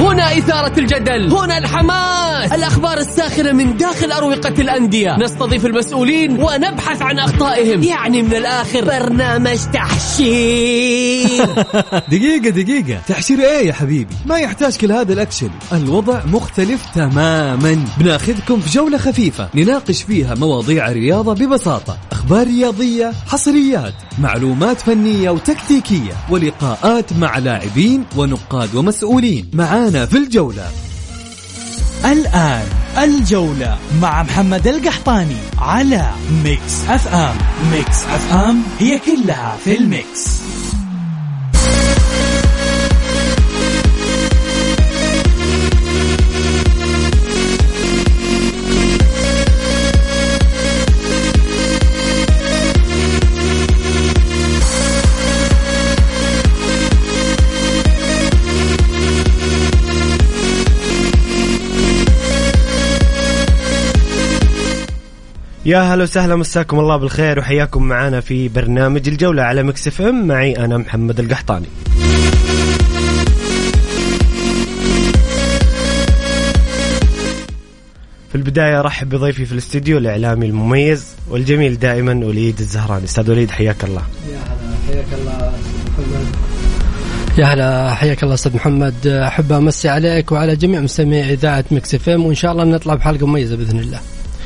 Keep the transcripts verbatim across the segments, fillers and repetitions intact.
هنا إثارة الجدل، هنا الحماس، الأخبار الساخنة من داخل أروقة الأندية، نستضيف المسؤولين ونبحث عن أخطائهم. يعني من الآخر برنامج تحشير. دقيقة دقيقة، تحشير إيه يا حبيبي؟ ما يحتاج كل هذا الأكشن. الوضع مختلف تماما. بناخذكم في جولة خفيفة نناقش فيها مواضيع الرياضة ببساطة، أخبار رياضية، حصريات، معلومات فنية وتكتيكية، ولقاءات مع لاعبين ونقاد ومسؤولين. معانا في الجولة. الآن الجولة مع محمد القحطاني على ميكس اف ام. ميكس اف ام هي كلها في الميكس. يا هلا وسهلا، مساكم الله بالخير وحياكم معنا في برنامج الجولة على ميكس اف ام. معي أنا محمد القحطاني. في البداية رحب بضيفي في الاستديو الإعلامي المميز والجميل دائما وليد الزهراني. أستاذ وليد حياك الله. يا هلا، حياك الله محمد. يا هلا، حياك الله أستاذ محمد. أحب أمسي عليك وعلى جميع مستمعي إذاعة ميكس اف ام، وإن شاء الله نطلع بحلقة مميزة بإذن الله.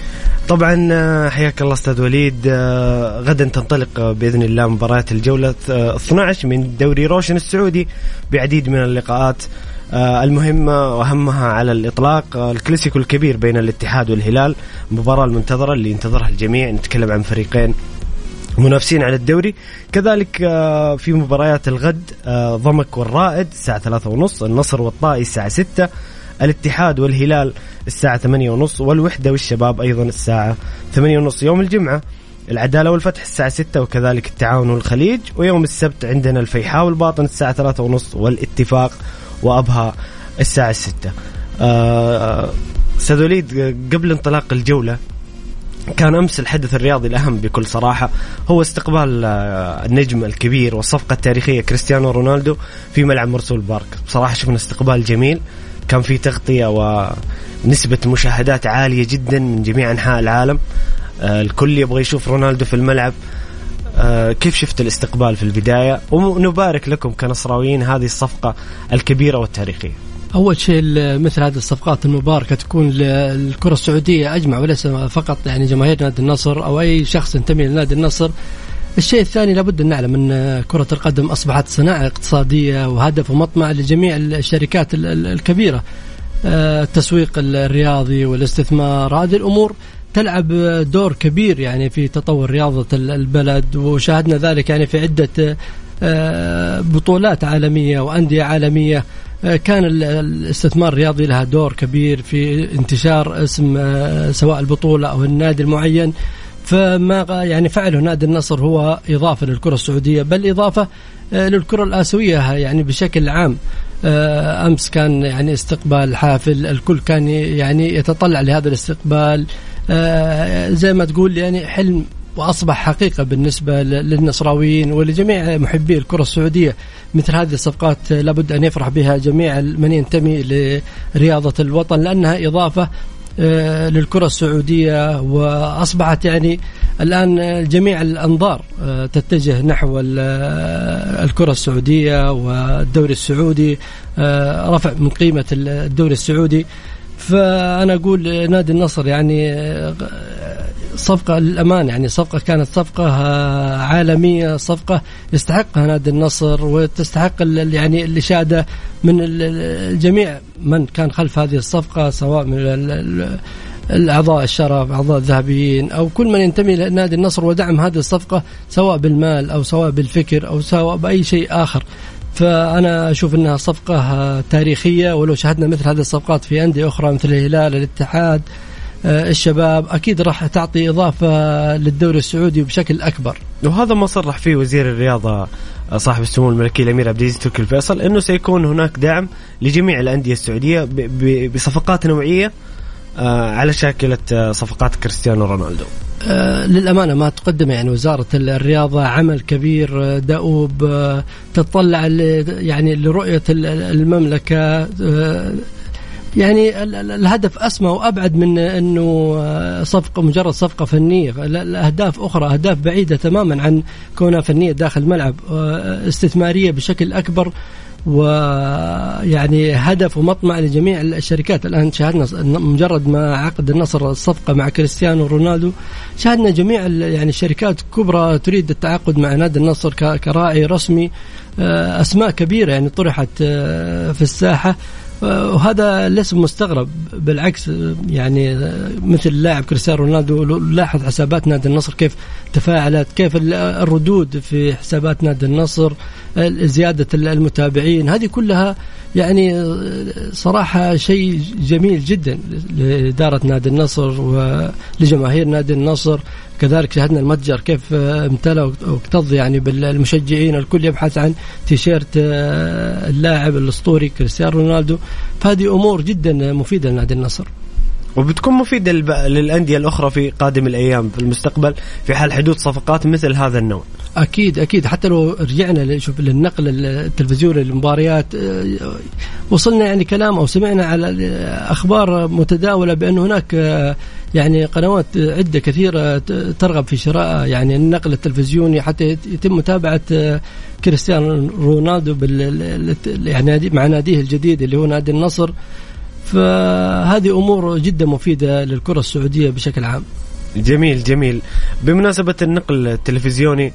طبعا حياك الله أستاذ وليد. غدا تنطلق بإذن الله مباريات الجولة اثني عشر من دوري روشن السعودي بعديد من اللقاءات المهمة وأهمها على الإطلاق الكلاسيكو الكبير بين الاتحاد والهلال، مباراة المنتظرة اللي ينتظرها الجميع. نتكلم عن فريقين منافسين على الدوري. كذلك في مباريات الغد ضمك والرائد الساعة ثلاثة ونص، النصر والطائي الساعة ستة، الاتحاد والهلال الساعة ثمانية ونص، والوحدة والشباب أيضا الساعة ثمانية ونص. يوم الجمعة العدالة والفتح الساعة ستة، وكذلك التعاون والخليج. ويوم السبت عندنا الفيحاء والباطن الساعة ثلاثة ونص، والاتفاق وأبها الساعة ستة. أستاذ وليد، قبل انطلاق الجولة كان أمس الحدث الرياضي الأهم بكل صراحة هو استقبال النجم الكبير والصفقة التاريخية كريستيانو رونالدو في ملعب مرسول بارك. بصراحة شفنا استقبال جميل، كان في تغطية ونسبة مشاهدات عالية جدا من جميع أنحاء العالم. الكل يبغى يشوف رونالدو في الملعب. كيف شفت الاستقبال في البداية؟ ونبارك لكم كنصراويين هذه الصفقة الكبيرة والتاريخية. أول شيء مثل هذه الصفقات المباركة تكون للكرة السعودية أجمع، وليس فقط يعني جماهير نادي النصر أو أي شخص ينتمي لنادي النصر. الشيء الثاني لابد أن نعلم أن كرة القدم أصبحت صناعة اقتصادية وهدف ومطمع لجميع الشركات الكبيرة. التسويق الرياضي والاستثمار، هذه الأمور تلعب دور كبير يعني في تطور رياضة البلد، وشاهدنا ذلك يعني في عدة بطولات عالمية وأندية عالمية. كان الاستثمار الرياضي لها دور كبير في انتشار اسم سواء البطولة أو النادي المعين. فما يعني فعله نادي النصر هو إضافة للكرة السعودية، بل إضافة للكرة الآسيوية يعني بشكل عام. أمس كان يعني استقبال حافل، الكل كان يعني يتطلع لهذا الاستقبال زي ما تقول يعني حلم، وأصبح حقيقة بالنسبة للنصراويين ولجميع محبي الكرة السعودية. مثل هذه الصفقات لابد أن يفرح بها جميع من ينتمي لرياضة الوطن، لأنها إضافة للكرة السعودية، وأصبحت يعني الآن جميع الأنظار تتجه نحو الكرة السعودية والدوري السعودي، رفع من قيمة الدوري السعودي. فأنا أقول نادي النصر يعني صفقة للأمان، يعني صفقة كانت صفقة عالمية، صفقة يستحقها نادي النصر وتستحق يعني الإشادة من الجميع من كان خلف هذه الصفقة، سواء من الأعضاء الشرف، أعضاء الذهبيين، أو كل من ينتمي لنادي النصر ودعم هذه الصفقة سواء بالمال أو سواء بالفكر أو سواء بأي شيء آخر. فأنا أشوف أنها صفقة تاريخية، ولو شاهدنا مثل هذه الصفقات في أندية أخرى مثل الهلال، الاتحاد، الشباب، أكيد راح تعطي إضافة للدوري السعودي بشكل أكبر. وهذا ما صرح فيه وزير الرياضة صاحب السمو الملكي الأمير عبد العزيز تركي الفيصل، أنه سيكون هناك دعم لجميع الأندية السعودية بصفقات نوعية على شاكلة صفقات كريستيانو رونالدو؟ آه للأمانة ما تقدم يعني وزارة الرياضة عمل كبير دؤوب، آه تطلع يعني لرؤية المملكة، آه يعني الهدف أسمى وأبعد من أنه صفقة مجرد صفقة فنية. الأهداف أخرى، أهداف بعيدة تماما عن كونها فنية داخل الملعب، استثمارية بشكل أكبر، ويعني هدف ومطمع لجميع الشركات. الآن شاهدنا مجرد ما عقد النصر الصفقة مع كريستيانو رونالدو، شاهدنا جميع يعني الشركات الكبرى تريد التعاقد مع نادي النصر كراعي رسمي. أسماء كبيرة يعني طرحت في الساحة، وهذا ليس مستغرب، بالعكس يعني مثل لاعب كريستيانو رونالدو لاحظ حسابات نادي النصر كيف تفاعلت، كيف الردود في حسابات نادي النصر، زيادة المتابعين، هذه كلها يعني صراحة شيء جميل جدا لإدارة نادي النصر ولجماهير نادي النصر. كذلك شاهدنا المتجر كيف امتلأ واكتظ يعني بالمشجعين، الكل يبحث عن تيشيرت اللاعب الأسطوري كريستيانو رونالدو. فهذه أمور جدا مفيدة لنادي النصر، وبتكون مفيدة للأندية الأخرى في قادم الأيام في المستقبل في حال حدوث صفقات مثل هذا النوع. أكيد أكيد. حتى لو رجعنا شوف للنقل التلفزيوني للمباريات، وصلنا يعني كلام أو سمعنا على أخبار متداولة بأن هناك يعني قنوات عدة كثيرة ترغب في شراء يعني النقل التلفزيوني حتى يتم متابعة كريستيانو رونالدو بال يعني مع ناديه الجديد اللي هو نادي النصر. فهذه أمور جدا مفيدة للكرة السعودية بشكل عام. جميل جميل. بمناسبة النقل التلفزيوني،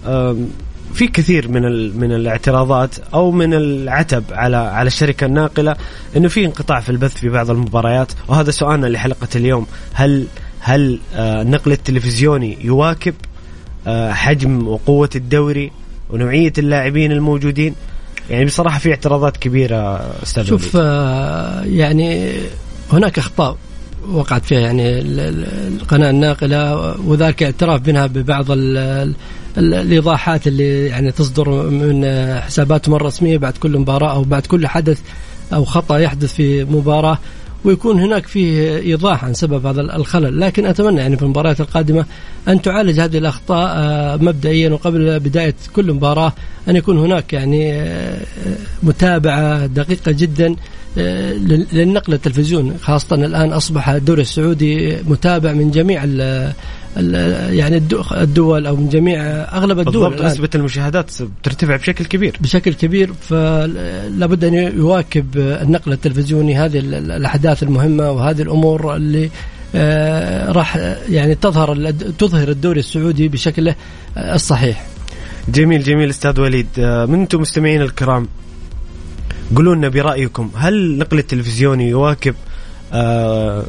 في كثير من من الاعتراضات أو من العتب على على الشركة الناقلة إنه في انقطاع في البث في بعض المباريات، وهذا سؤالنا لحلقة اليوم. هل هل النقل التلفزيوني يواكب حجم وقوة الدوري ونوعية اللاعبين الموجودين؟ يعني بصراحة في اعتراضات كبيرة أستاذ. شوف يعني هناك أخطاء وقعت فيها يعني القناة الناقلة، وذلك اعتراف بها ببعض ال ال الإيضاحات اللي يعني تصدر من حساباتهم الرسمية بعد كل مباراة أو بعد كل حدث أو خطأ يحدث في مباراة، ويكون هناك فيه إيضاح عن سبب هذا الخلل. لكن أتمنى يعني في المباريات القادمة أن تعالج هذه الأخطاء مبدئيا وقبل بداية كل مباراة، أن يكون هناك يعني متابعة دقيقة جدا للنقل التلفزيوني، خاصة الآن أصبح الدوري السعودي متابع من جميع ال يعني الدول أو من جميع أغلب الدول. بالضبط، نسبة المشاهدات ترتفع بشكل كبير بشكل كبير فلا بد أن يواكب النقل التلفزيوني هذه الأحداث المهمة وهذه الأمور اللي آه راح يعني تظهر تظهر الدوري السعودي بشكله الصحيح. جميل جميل أستاذ وليد. من أنتم مستمعين الكرام قولوا لنا برأيكم، هل النقل التلفزيوني يواكب آه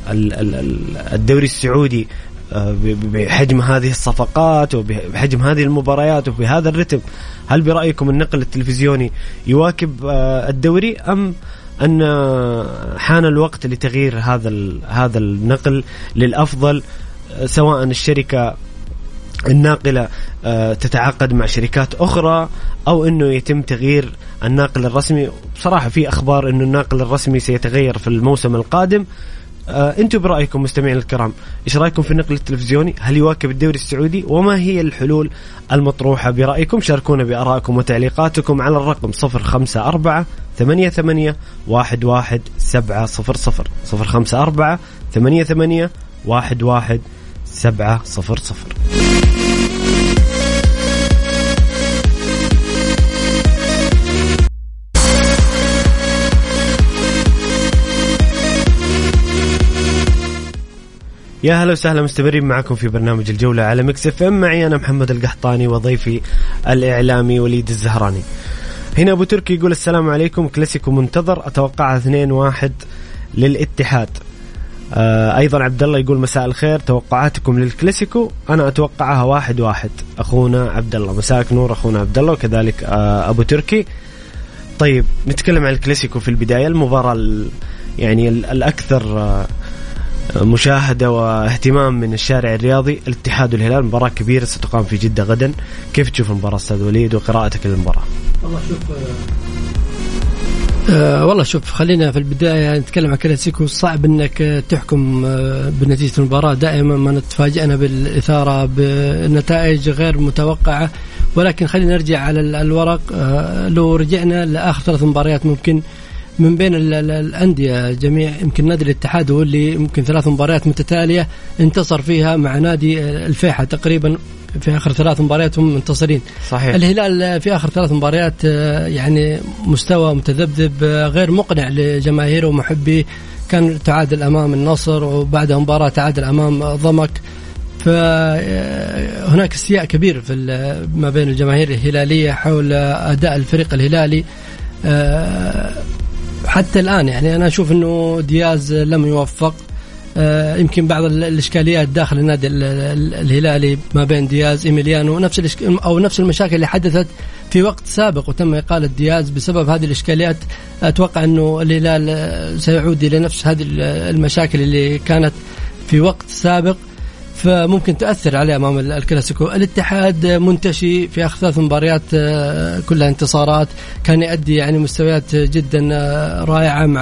الدوري السعودي بحجم هذه الصفقات وبحجم هذه المباريات وبهذا الرتم؟ هل برأيكم النقل التلفزيوني يواكب الدوري أم أن حان الوقت لتغيير هذا هذا النقل للأفضل، سواء الشركة الناقلة تتعاقد مع شركات أخرى أو أنه يتم تغيير الناقل الرسمي؟ بصراحة في أخبار أنه الناقل الرسمي سيتغير في الموسم القادم. آه، أنتم برأيكم مستمعين الكرام، إيش رأيكم في النقل التلفزيوني؟ هل يواكب الدوري السعودي؟ وما هي الحلول المطروحة برأيكم؟ شاركونا بآرائكم وتعليقاتكم على الرقم صفر خمسة أربعة ثمانية ثمانية واحد واحد سبعة صفر صفر صفر خمسة أربعة ثمانية ثمانية واحد واحد سبعة صفر صفر. يا هلا وسهلا، مستمرين معكم في برنامج الجولة على ميكس اف ام. معي أنا محمد القحطاني وضيفي الإعلامي وليد الزهراني. هنا أبو تركي يقول السلام عليكم، كلاسيكو منتظر أتوقع اثنين واحد للاتحاد. آه أيضا عبد الله يقول مساء الخير، توقعاتكم للكلاسيكو؟ أنا أتوقعها واحد واحد. أخونا عبد الله، مساك نور أخونا عبد الله، وكذلك آه أبو تركي. طيب نتكلم عن الكلاسيكو في البداية، المباراة يعني الأكثر آه مشاهدة واهتمام من الشارع الرياضي، الاتحاد والهلال، مباراة كبيرة ستقام في جدة غدا. كيف تشوف المباراة أستاذ وليد وقراءتك للمباراة؟ والله شوف أه والله شوف، خلينا في البداية نتكلم عن كلاسيكو. صعب انك تحكم بنتيجة المباراة، دائما ما نتفاجئنا بالإثارة بالنتائج غير متوقعة، ولكن خلينا نرجع على الورق. أه لو رجعنا لآخر ثلاث مباريات ممكن من بين الأندية جميع، يمكن نادي الاتحاد هو اللي ممكن ثلاث مباريات متتالية انتصر فيها مع نادي الفيحة تقريبا في آخر ثلاث مباريات هم منتصرين. صحيح. الهلال في آخر ثلاث مباريات يعني مستوى متذبذب غير مقنع لجماهيره ومحبيه، كان تعادل أمام النصر وبعدها مباراة تعادل أمام ضمك، فهناك استياء كبير في ما بين الجماهير الهلالية حول أداء الفريق الهلالي حتى الآن. يعني أنا أشوف أنه دياز لم يوفق، يمكن بعض الإشكاليات داخل النادي الهلالي ما بين دياز إيميليانو، نفس الإشك... أو نفس المشاكل اللي حدثت في وقت سابق وتم إقالة دياز بسبب هذه الإشكاليات. أتوقع أنه الهلال سيعود إلى نفس هذه المشاكل اللي كانت في وقت سابق، فممكن تأثر عليه أمام الكلاسيكو. الاتحاد منتشي في آخر ثلاث مباريات كلها انتصارات، كان يؤدي يعني مستويات جدا رائعة مع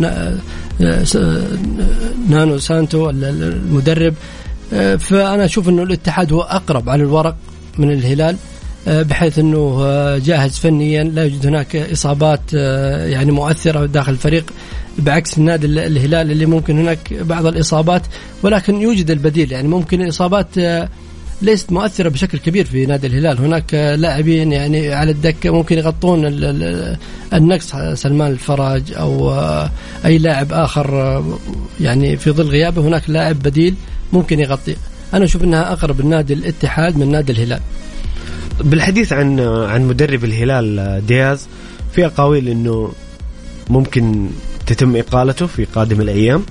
نانو سانتو المدرب، فأنا أشوف أنه الاتحاد هو أقرب على الورق من الهلال، بحيث أنه جاهز فنيا، لا يوجد هناك إصابات يعني مؤثرة داخل الفريق، بعكس النادي الهلال اللي ممكن هناك بعض الإصابات ولكن يوجد البديل. يعني ممكن الإصابات ليست مؤثرة بشكل كبير في نادي الهلال، هناك لاعبين يعني على الدكة ممكن يغطون النقص، سلمان الفرج أو أي لاعب آخر يعني في ظل غيابه هناك لاعب بديل ممكن يغطي. أنا أشوف أنها أقرب النادي الاتحاد من نادي الهلال. بالحديث عن عن مدرب الهلال دياز، في أقاويل إنه ممكن تتم إقالته في قادم الأيام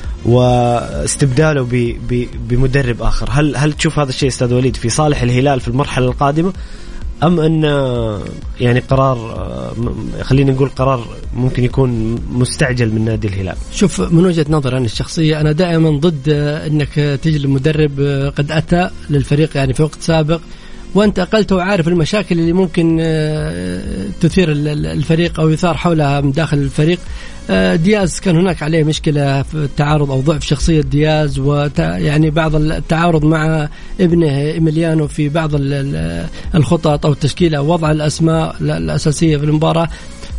واستبداله ب ب بمدرب آخر. هل هل تشوف هذا الشيء أستاذ وليد في صالح الهلال في المرحلة القادمة، أم أن يعني قرار خلينا نقول قرار ممكن يكون مستعجل من نادي الهلال؟ شوف، من وجهة نظري أنا الشخصية أنا دائما ضد أنك تجي للمدرب قد أتى للفريق يعني في وقت سابق وأنت أقلته وعارف المشاكل اللي ممكن تثير الفريق أو يثار حولها من داخل الفريق. دياز كان هناك عليه مشكلة في التعارض أو ضعف شخصية دياز، ويعني بعض التعارض مع ابنه إيميليانو في بعض الخطط أو التشكيلة أو وضع الأسماء الأساسية في المباراة،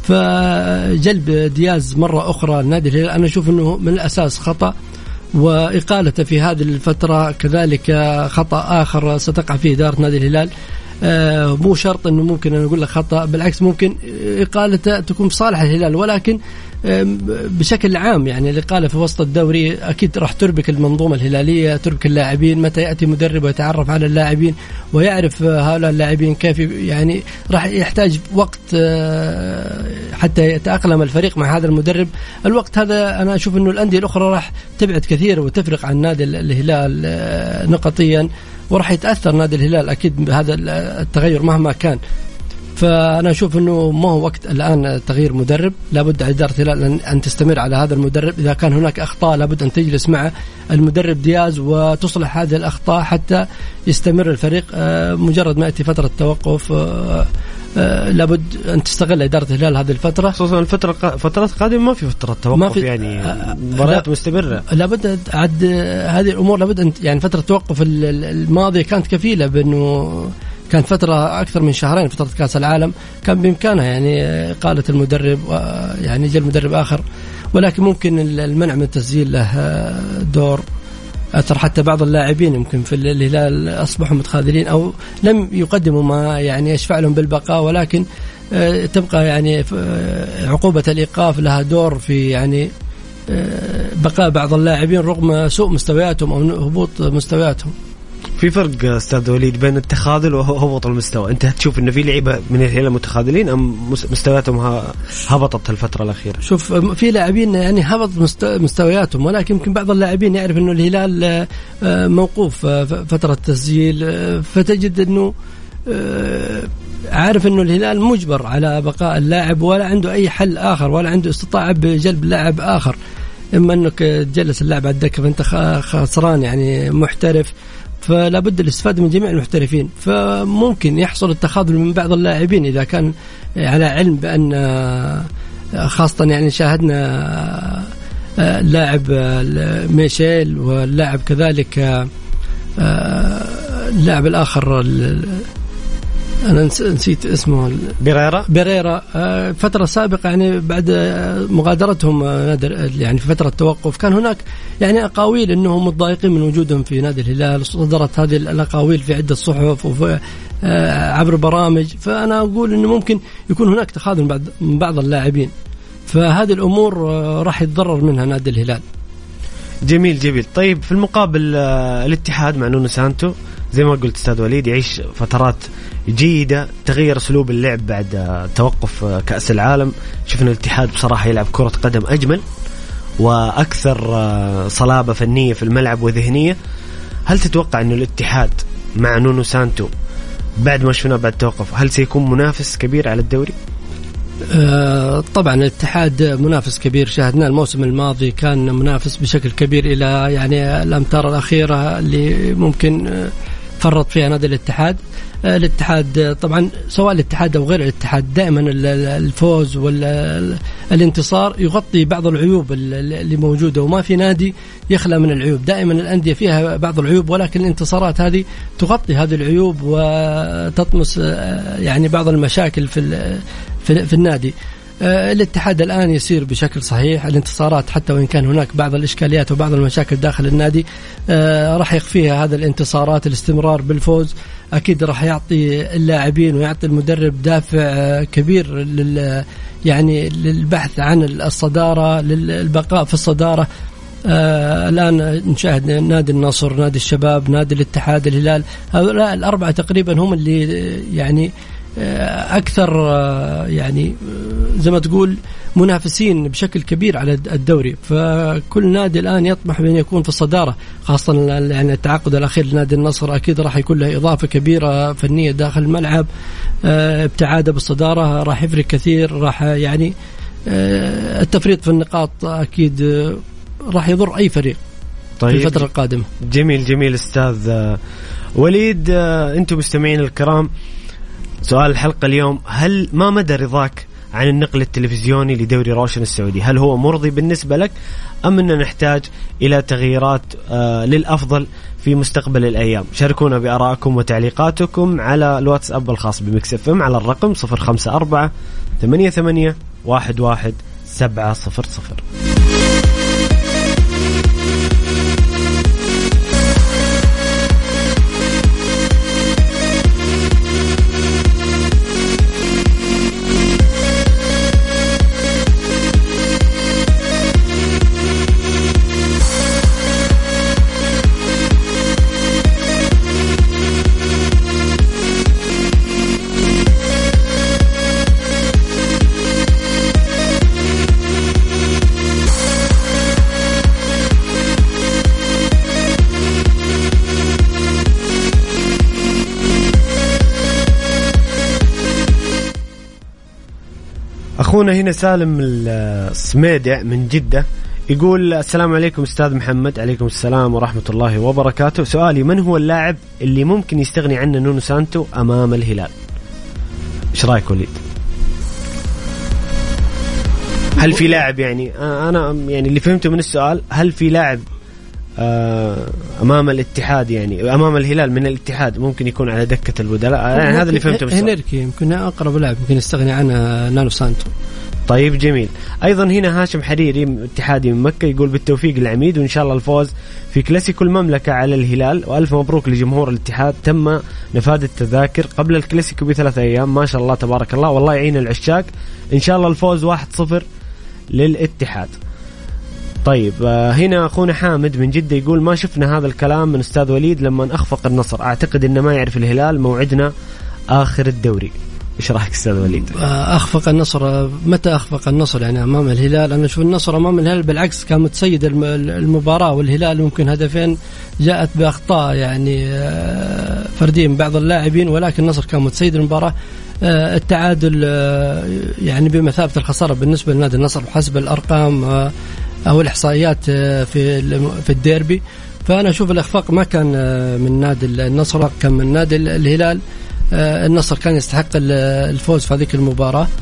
فجلب دياز مرة أخرى النادي الهلال أنا أشوف أنه من الأساس خطأ، وإقالته في هذه الفترة كذلك خطأ آخر ستقع فيه إدارة نادي الهلال. آه مو شرط أنه ممكن أن أقول لك خطأ، بالعكس ممكن إقالته تكون في صالح الهلال، ولكن آه بشكل عام يعني الإقالة في وسط الدوري أكيد راح تربك المنظومة الهلالية، تربك اللاعبين. متى يأتي مدرب ويتعرف على اللاعبين ويعرف هؤلاء اللاعبين كيف يعني راح يحتاج وقت آه حتى يتأقلم الفريق مع هذا المدرب. الوقت هذا أنا أشوف أنه الأندية الأخرى راح تبعد كثير وتفرق عن نادي الهلال آه نقطيا، وراح يتأثر نادي الهلال أكيد بهذا التغير مهما كان. فأنا أشوف أنه ما هو وقت الآن تغيير مدرب، لابد إدارة الهلال أن تستمر على هذا المدرب. إذا كان هناك أخطاء لابد أن تجلس مع المدرب دياز وتصلح هذه الأخطاء حتى يستمر الفريق. مجرد ما يأتي فترة توقف لابد أن تستغل إدارة الهلال هذه الفترة، خصوصا الفترة فترات قادمة ما في فترة توقف، ما في يعني مباريات مستمرة. لابد عد هذه الأمور، لابد أن يعني فترة توقف الماضية كانت كفيلة بأنه كانت فترة أكثر من شهرين، فترة كأس العالم كان بإمكانها يعني إقالة المدرب يعني جل مدرب آخر، ولكن ممكن المنع من التسجيل له دور أثر. حتى بعض اللاعبين يمكن في الهلال أصبحوا متخاذلين أو لم يقدموا ما يعني يشفع لهم بالبقاء، ولكن تبقى يعني عقوبة الإيقاف لها دور في يعني بقاء بعض اللاعبين رغم سوء مستوياتهم أو هبوط مستوياتهم. في فرق أستاذ وليد بين التخاذل وهبوط المستوى. أنت تشوف إن في لعيبة من الهلال متخاذلين أم مستوياتهم هبطت الفترة الأخيرة؟ شوف، في لاعبين يعني هبط مستوياتهم، ولكن يمكن بعض اللاعبين يعرف إنه الهلال موقوف فترة تسجيل، فتجد إنه عارف إنه الهلال مجبر على بقاء اللاعب ولا عنده أي حل آخر ولا عنده استطاعة بجلب لاعب آخر، إما إنك تجلس اللاعب على الدكة فأنت خسران يعني محترف، فلا بد الاستفادة من جميع المحترفين. فممكن يحصل التخاذل من بعض اللاعبين إذا كان على علم بأن خاصة يعني شاهدنا اللاعب ميشيل واللاعب كذلك اللاعب الآخر أنا نسيت اسمه بيريرا بيريرا فترة سابقة يعني بعد مغادرتهم يعني في فترة توقف كان هناك يعني أقاويل أنهم متضايقين من وجودهم في نادي الهلال. صدرت هذه الأقاويل في عدة صحف وفي عبر برامج. فأنا أقول أنه ممكن يكون هناك تخاذل من بعض اللاعبين، فهذه الأمور راح يتضرر منها نادي الهلال. جميل جميل. طيب في المقابل الاتحاد مع نونو سانتو زي ما قلت أستاذ وليد يعيش فترات جيدة، تغير أسلوب اللعب بعد توقف كأس العالم. شفنا الاتحاد بصراحة يلعب كرة قدم أجمل وأكثر صلابة فنية في الملعب وذهنية. هل تتوقع أن الاتحاد مع نونو سانتو بعد ما شفنا بعد توقف هل سيكون منافس كبير على الدوري؟ آه طبعا الاتحاد منافس كبير، شاهدنا الموسم الماضي كان منافس بشكل كبير إلى يعني الأمتار الأخيرة اللي ممكن فرط فيها نادي الاتحاد. آه الاتحاد طبعا سواء الاتحاد أو غير الاتحاد دائما الفوز والانتصار يغطي بعض العيوب اللي موجودة، وما في نادي يخلى من العيوب. دائما الأندية فيها بعض العيوب، ولكن الانتصارات هذه تغطي هذه العيوب وتطمس يعني بعض المشاكل في في, في النادي. آه الاتحاد الآن يسير بشكل صحيح. الانتصارات حتى وإن كان هناك بعض الإشكاليات وبعض المشاكل داخل النادي آه راح يخفيها هذا الانتصارات. الاستمرار بالفوز أكيد راح يعطي اللاعبين ويعطي المدرب دافع آه كبير لل يعني للبحث عن الصدارة، للبقاء في الصدارة. آه الآن نشاهد نادي النصر، نادي الشباب، نادي الاتحاد، الهلال، هؤلاء الأربعة تقريبا هم اللي يعني أكثر يعني زي ما تقول منافسين بشكل كبير على الدوري. فكل نادي الآن يطمح بأن يكون في الصدارة، خاصة يعني التعاقد الأخير لنادي النصر أكيد راح يكون له إضافة كبيرة فنية داخل الملعب. ابتعاده بالصدارة راح يفرق كثير، راح يعني التفريط في النقاط أكيد راح يضر أي فريق طيب في الفترة القادمة. جميل جميل أستاذ وليد. أنتم مستمعين الكرام، سؤال الحلقة اليوم: هل ما مدى رضاك عن النقل التلفزيوني لدوري روشن السعودي؟ هل هو مرضي بالنسبة لك أم أننا نحتاج إلى تغييرات آه للأفضل في مستقبل الأيام؟ شاركونا بآرائكم وتعليقاتكم على الواتساب الخاص بميكس اف ام على الرقم صفر خمسة أربعة ثمانية ثمانية واحد واحد سبعة صفر صفر. أخونا هنا سالم السميدع من جدة يقول: السلام عليكم أستاذ محمد. عليكم السلام ورحمة الله وبركاته. سؤالي: من هو اللاعب اللي ممكن يستغني عنه نونو سانتو أمام الهلال؟ إيش رأيك وليد؟ هل في لاعب يعني أنا يعني اللي فهمته من السؤال، هل في لاعب أمام الاتحاد يعني أمام الهلال من الاتحاد ممكن يكون على دكة البدلاء؟ يعني هذا اللي فهمته من السؤال. هنركي يمكن أقرب لاعب ممكن يستغني عنه نونو سانتو. طيب جميل. أيضا هنا هاشم حريري اتحادي من مكة يقول: بالتوفيق العميد وإن شاء الله الفوز في كلاسيكو المملكة على الهلال، وألف مبروك لجمهور الاتحاد، تم نفاذ التذاكر قبل الكلاسيكو بثلاثة أيام، ما شاء الله تبارك الله، والله يعين العشاق. إن شاء الله الفوز واحد صفر للاتحاد. طيب هنا أخونا حامد من جدة يقول: ما شفنا هذا الكلام من أستاذ وليد لما أخفق النصر، أعتقد إنه ما يعرف الهلال، موعدنا آخر الدوري. إيش رأيك أستاذ وليد؟ أخفق النصر؟ متى أخفق النصر يعني أمام الهلال؟ أنا أشوف النصر أمام الهلال بالعكس كان متسيد المباراة، والهلال ممكن هدفين جاءت بأخطاء يعني فردية من بعض اللاعبين، ولكن النصر كان متسيد المباراة. التعادل يعني بمثابة الخسارة بالنسبة لنادي النصر حسب الأرقام أو الإحصائيات في في الديربي. فأنا أشوف الإخفاق ما كان من نادي النصر، كان من نادي الهلال. النصر كان يستحق الفوز في هذه المباراة.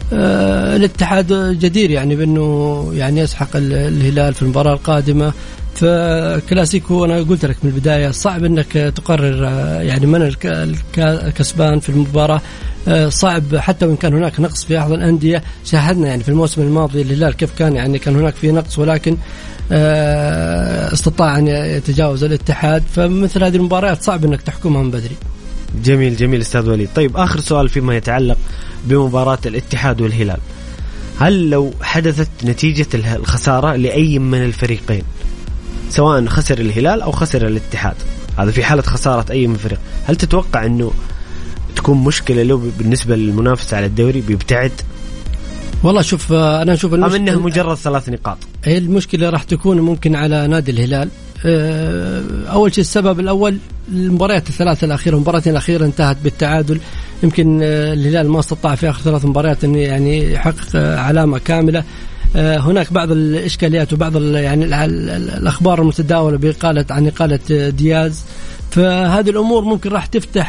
آه الاتحاد جدير يعني بأنه يعني يسحق الهلال في المباراة القادمة. فكلاسيكو أنا قلت لك من البداية صعب أنك تقرر يعني من الكسبان في المباراة، صعب حتى وإن كان هناك نقص في أحد الأندية. شاهدنا يعني في الموسم الماضي الهلال كيف كان يعني كان هناك في نقص ولكن استطاع أن يتجاوز الاتحاد. فمثل هذه المباريات صعب أنك تحكمها من بدري. جميل جميل أستاذ وليد. طيب آخر سؤال فيما يتعلق بمباراة الاتحاد والهلال، هل لو حدثت نتيجة الخسارة لأي من الفريقين سواء خسر الهلال أو خسر الاتحاد، هذا في حالة خسارة أي من الفريق، هل تتوقع أنه تكون مشكلة له بالنسبة للمنافسة على الدوري بيبتعد؟ والله شوف أنا أشوف أم أنه مجرد ثلاث نقاط؟ هي المشكلة راح تكون ممكن على نادي الهلال. أول شيء السبب الأول المباريات الثلاثة الأخيرة، المباراتين الأخيرة انتهت بالتعادل. يمكن الهلال ما استطاع في آخر ثلاث مباريات أن يعني يحقق علامة كاملة. هناك بعض الإشكاليات وبعض يعني الأخبار المتداولة بإقالة عن إقالة دياز، فهذه الأمور ممكن راح تفتح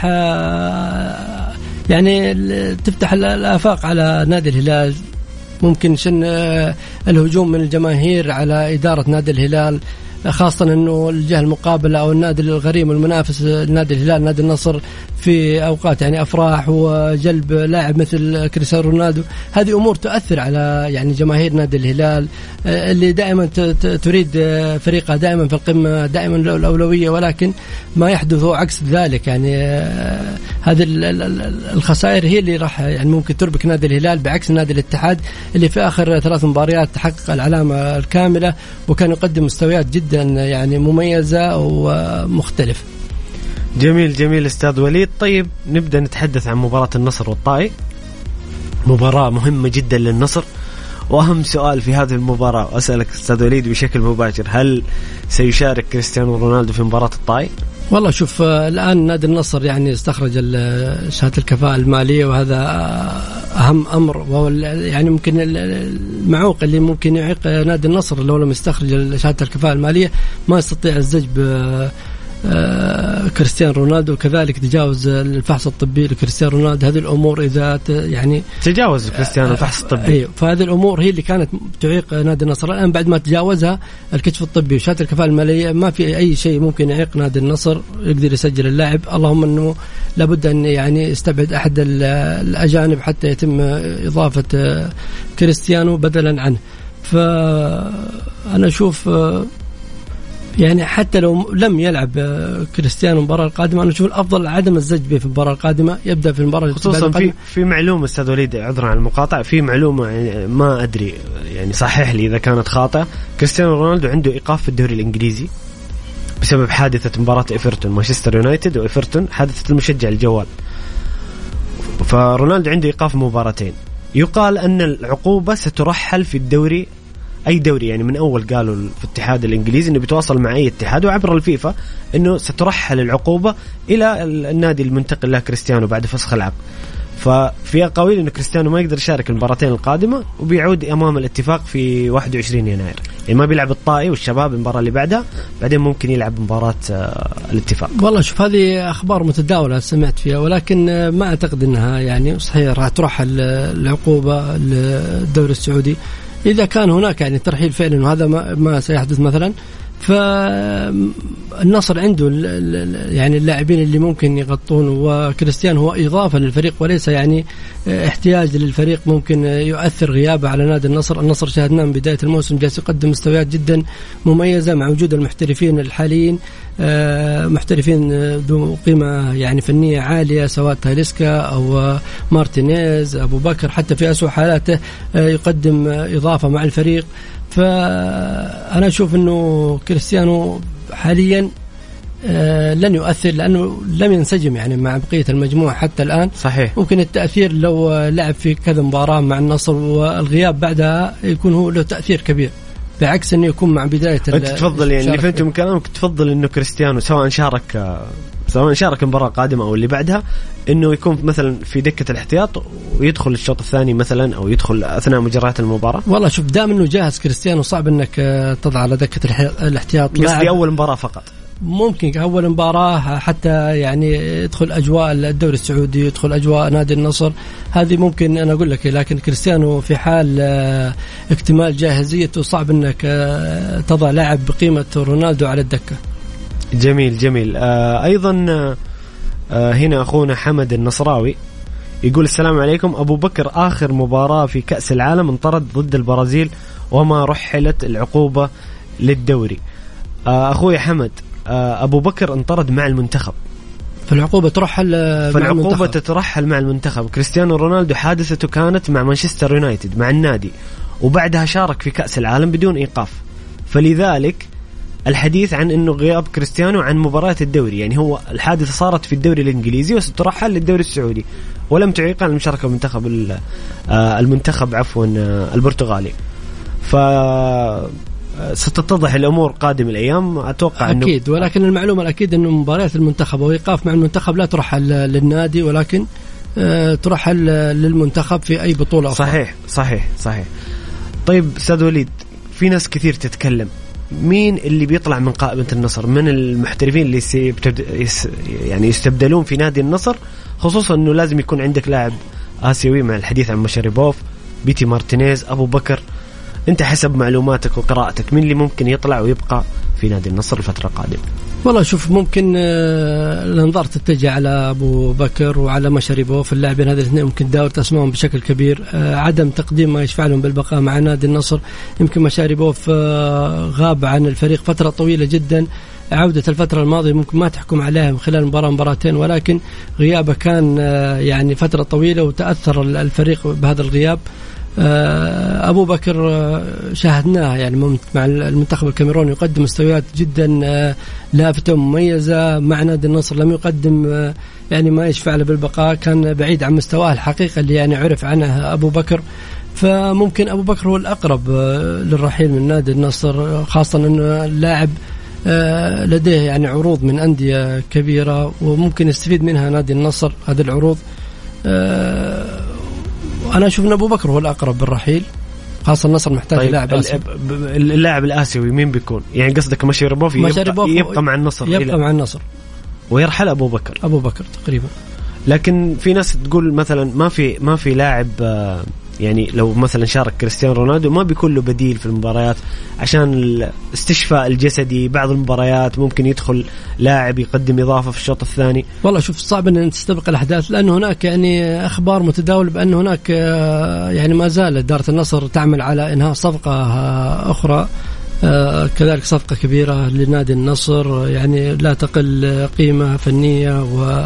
يعني تفتح الآفاق على نادي الهلال. ممكن شن الهجوم من الجماهير على إدارة نادي الهلال، خاصة أنه الجهة المقابلة أو النادي الغريم المنافس نادي الهلال نادي النصر في أوقات يعني أفراح وجلب لاعب مثل كريستيانو رونالدو، هذه أمور تؤثر على يعني جماهير نادي الهلال اللي دائما تريد فريقها دائما في القمة، دائما الأولوية، ولكن ما يحدث عكس ذلك. يعني هذه الخسائر هي اللي راح يعني ممكن تربك نادي الهلال، بعكس نادي الاتحاد اللي في آخر ثلاث مباريات تحقق العلامة الكاملة وكان يقدم مستويات جدا يعني مميزة ومختلفة. جميل جميل أستاذ وليد. طيب نبدأ نتحدث عن مباراة النصر والطائي، مباراة مهمة جدا للنصر، وأهم سؤال في هذه المباراة وأسألك أستاذ وليد بشكل مباشر، هل سيشارك كريستيانو رونالدو في مباراة الطائي؟ والله شوف الآن نادي النصر يعني استخرج شهادة الكفاءة المالية وهذا أهم أمر، وهو يعني ممكن المعوق اللي ممكن يعيق نادي النصر لو لم يستخرج شهادة الكفاءة المالية ما يستطيع الزج آه كريستيانو رونالدو، وكذلك تجاوز الفحص الطبي لكريستيانو رونالدو. هذه الأمور إذا يعني تجاوز كريستيانو الفحص الطبي، أيوه، فهذه الأمور هي اللي كانت تعيق نادي النصر. الآن بعد ما تجاوزها الكشف الطبي وشهادة الكفاءة المالية ما في أي شيء ممكن يعيق نادي النصر، يقدر يسجل اللاعب. اللهم أنه لابد أن يعني يستبعد أحد الأجانب حتى يتم إضافة كريستيانو بدلا عنه. فأنا أشوف يعني حتى لو لم يلعب كريستيانو المباراة القادمة أنا أشوف الأفضل عدم الزج به في المباراة القادمة، يبدأ في المباراة خصوصا في في معلومة أستاذ وليد، عذرا عن المقاطعة، في معلومة يعني ما أدري يعني صحيح لي إذا كانت خاطئة، كريستيانو رونالدو عنده إيقاف في الدوري الإنجليزي بسبب حادثة مباراة إيفرتون، مانشستر يونايتد وإيفرتون، حادثة المشجع الجوال، فرونالدو عنده إيقاف مباراتين. يقال أن العقوبة سترحل في الدوري، أي دوري يعني، من أول قالوا في الاتحاد الإنجليزي إنه بيتواصل مع أي اتحاد وعبر الفيفا إنه سترحل العقوبة إلى النادي المنتقل له كريستيانو بعد فسخ العقد. ففي أقاويل إنه كريستيانو ما يقدر يشارك المباراتين القادمة وبيعود أمام الاتفاق في واحد وعشرين يناير، يعني ما بيلعب الطائي والشباب المباراة اللي بعدها، بعدين ممكن يلعب مباراة الاتفاق. والله شوف هذه أخبار متداولة سمعت فيها، ولكن ما أعتقد أنها يعني صحيح راح ترحل العقوبة للدوري السعودي إذا كان هناك يعني ترحيل فعلا، وهذا ما, ما سيحدث مثلا. فالنصر عنده يعني اللاعبين اللي ممكن يغطون، وكريستيانو هو إضافة للفريق وليس يعني احتياج للفريق ممكن يؤثر غيابه على نادي النصر. النصر شاهدناه من بداية الموسم جالس يقدم مستويات جدا مميزة مع وجود المحترفين الحاليين، محترفين ذو قيمة يعني فنية عالية، سواء تايلسكا أو مارتينيز أبو بكر، حتى في أسوأ حالاته يقدم إضافة مع الفريق. فأنا أشوف أنه كريستيانو حاليا لن يؤثر لأنه لم ينسجم يعني مع بقية المجموعة حتى الآن. صحيح. ممكن التأثير لو لعب في كذا مباراة مع النصر والغياب بعدها يكون هو له تأثير كبير، بعكس أنه يكون مع بداية. أنت تفضل يعني اللي فهمته من كلامك تفضل أنه كريستيانو سواء شارك سواء شارك المباراة القادمة أو اللي بعدها إنه يكون مثلا في دكة الاحتياط ويدخل الشوط الثاني مثلا أو يدخل أثناء مجريات المباراة. والله شوف دام إنه جاهز كريستيانو صعب إنك تضع على دكة الاحتياط. قصدي أول مباراة فقط. ممكن أول مباراة حتى يعني يدخل أجواء الدوري السعودي، يدخل أجواء نادي النصر، هذه ممكن أنا أقول لك. لكن كريستيانو في حال اكتمال جاهزيته صعب أنك تضع لاعب بقيمة رونالدو على الدكة. جميل جميل. آه أيضا آه هنا أخونا حمد النصراوي يقول السلام عليكم، أبو بكر آخر مباراة في كأس العالم انطرد ضد البرازيل وما رحلت العقوبة للدوري. آه أخوي حمد، آه أبو بكر انطرد مع المنتخب، فالعقوبة ترحل فالعقوبة تترحل مع المنتخب. كريستيانو رونالدو حادثته كانت مع مانشستر يونايتد مع النادي، وبعدها شارك في كأس العالم بدون إيقاف، فلذلك الحديث عن انه غياب كريستيانو عن مباريات الدوري، يعني هو الحادثة صارت في الدوري الانجليزي وسترحل للدوري السعودي، ولم تعيق عن المشاركة المنتخب المنتخب عفوا البرتغالي. ف ستتضح الامور قادم الايام اتوقع انه اكيد. ولكن المعلومه الاكيد انه مباريات المنتخب وايقاف مع المنتخب لا ترحل للنادي، ولكن ترحل للمنتخب في اي بطوله اخرى. صحيح صحيح صحيح. طيب استاذ وليد، في ناس كثير تتكلم، مين اللي بيطلع من قائمة النصر من المحترفين اللي يس يعني يستبدلون في نادي النصر، خصوصا أنه لازم يكون عندك لاعب آسيوي مع الحديث عن مشاريبوف، بيتي مارتينيز، أبو بكر. أنت حسب معلوماتك وقراءتك مين اللي ممكن يطلع ويبقى في نادي النصر الفترة القادمة؟ والله شوف، ممكن الانظار تتجه على أبو بكر وعلى مشاريبوف، اللاعبين هذه الاثنين ممكن داورت أسمائهم بشكل كبير. عدم تقديم ما يشفع لهم بالبقاء مع نادي النصر. يمكن مشاريبوف غاب عن الفريق فترة طويلة جدا، عودة الفترة الماضية ممكن ما تحكم عليها من خلال مباراة مباراتين، ولكن غيابه كان يعني فترة طويلة وتأثر الفريق بهذا الغياب. أبو بكر شاهدناه يعني مع المنتخب الكاميروني يقدم مستويات جدا لافتة ومميزة، مع نادي النصر لم يقدم يعني ما يشفع له بالبقاء، كان بعيد عن مستواه الحقيقة اللي يعني عرف عنه أبو بكر. فممكن أبو بكر هو الأقرب للرحيل من نادي النصر، خاصة أنه اللاعب لديه يعني عروض من أندية كبيرة وممكن يستفيد منها نادي النصر هذه العروض. أنا أشوف أن أبو بكر هو الأقرب بالرحيل، خاصة النصر محتاج طيب لاعب آسيوي. اللاعب الآسيوي مين بيكون؟ يعني قصدك مشاريبوف يبقى, يبقى مع النصر، يبقى إلى. مع النصر ويرحل أبو بكر أبو بكر تقريبا. لكن في ناس تقول مثلا ما في ما في لاعب، يعني لو مثلا شارك كريستيانو رونالدو ما بيكون له بديل في المباريات عشان الاستشفاء الجسدي. بعض المباريات ممكن يدخل لاعب يقدم إضافة في الشوط الثاني. والله شوف، صعب أن تستبق الأحداث، لأن هناك يعني أخبار متداولة بأن هناك يعني ما زال إدارة النصر تعمل على إنهاء صفقة أخرى، كذلك صفقة كبيرة لنادي النصر يعني لا تقل قيمة فنية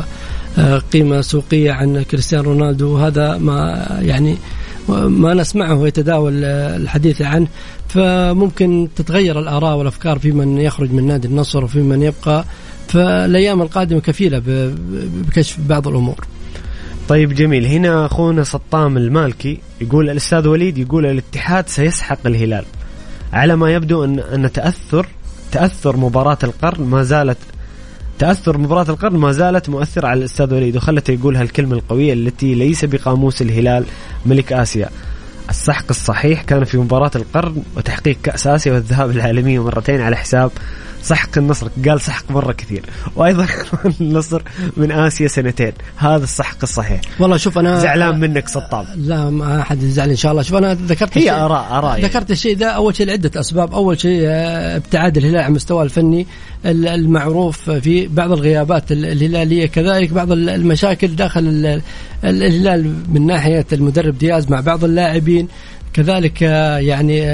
وقيمة سوقية عن كريستيانو رونالدو. هذا ما يعني ما نسمعه يتداول الحديث عنه، فممكن تتغير الآراء والأفكار في من يخرج من نادي النصر وفي من يبقى، فالأيام القادمة كفيلة بكشف بعض الأمور. طيب جميل. هنا أخونا سطام المالكي يقول الأستاذ وليد يقول الاتحاد سيسحق الهلال. على ما يبدو أن أن تأثر تأثر مباراة القرن ما زالت تأثر مباراة القرن ما زالت مؤثرة على الأستاذ وليد، وخلته يقول هالكلمة القوية التي ليس بقاموس الهلال ملك آسيا. السحق الصحيح كان في مباراة القرن وتحقيق كأس آسيا والذهاب العالمية مرتين على حساب سحق النصر. قال سحق مرة كثير، وأيضا النصر من آسيا سنتين. هذا السحق الصحيح. والله شوف، أنا زعلان منك سطام. لا ما أحد يزعل إن شاء الله. شوف أنا ذكرت هي آراء آراء ذكرت الشيء ذا أول شيء لعدة أسباب. أول شيء ابتعاد الهلال عن مستوى الفني المعروف في بعض الغيابات الهلالية، كذلك بعض المشاكل داخل الهلال من ناحية المدرب دياز مع بعض اللاعبين، كذلك يعني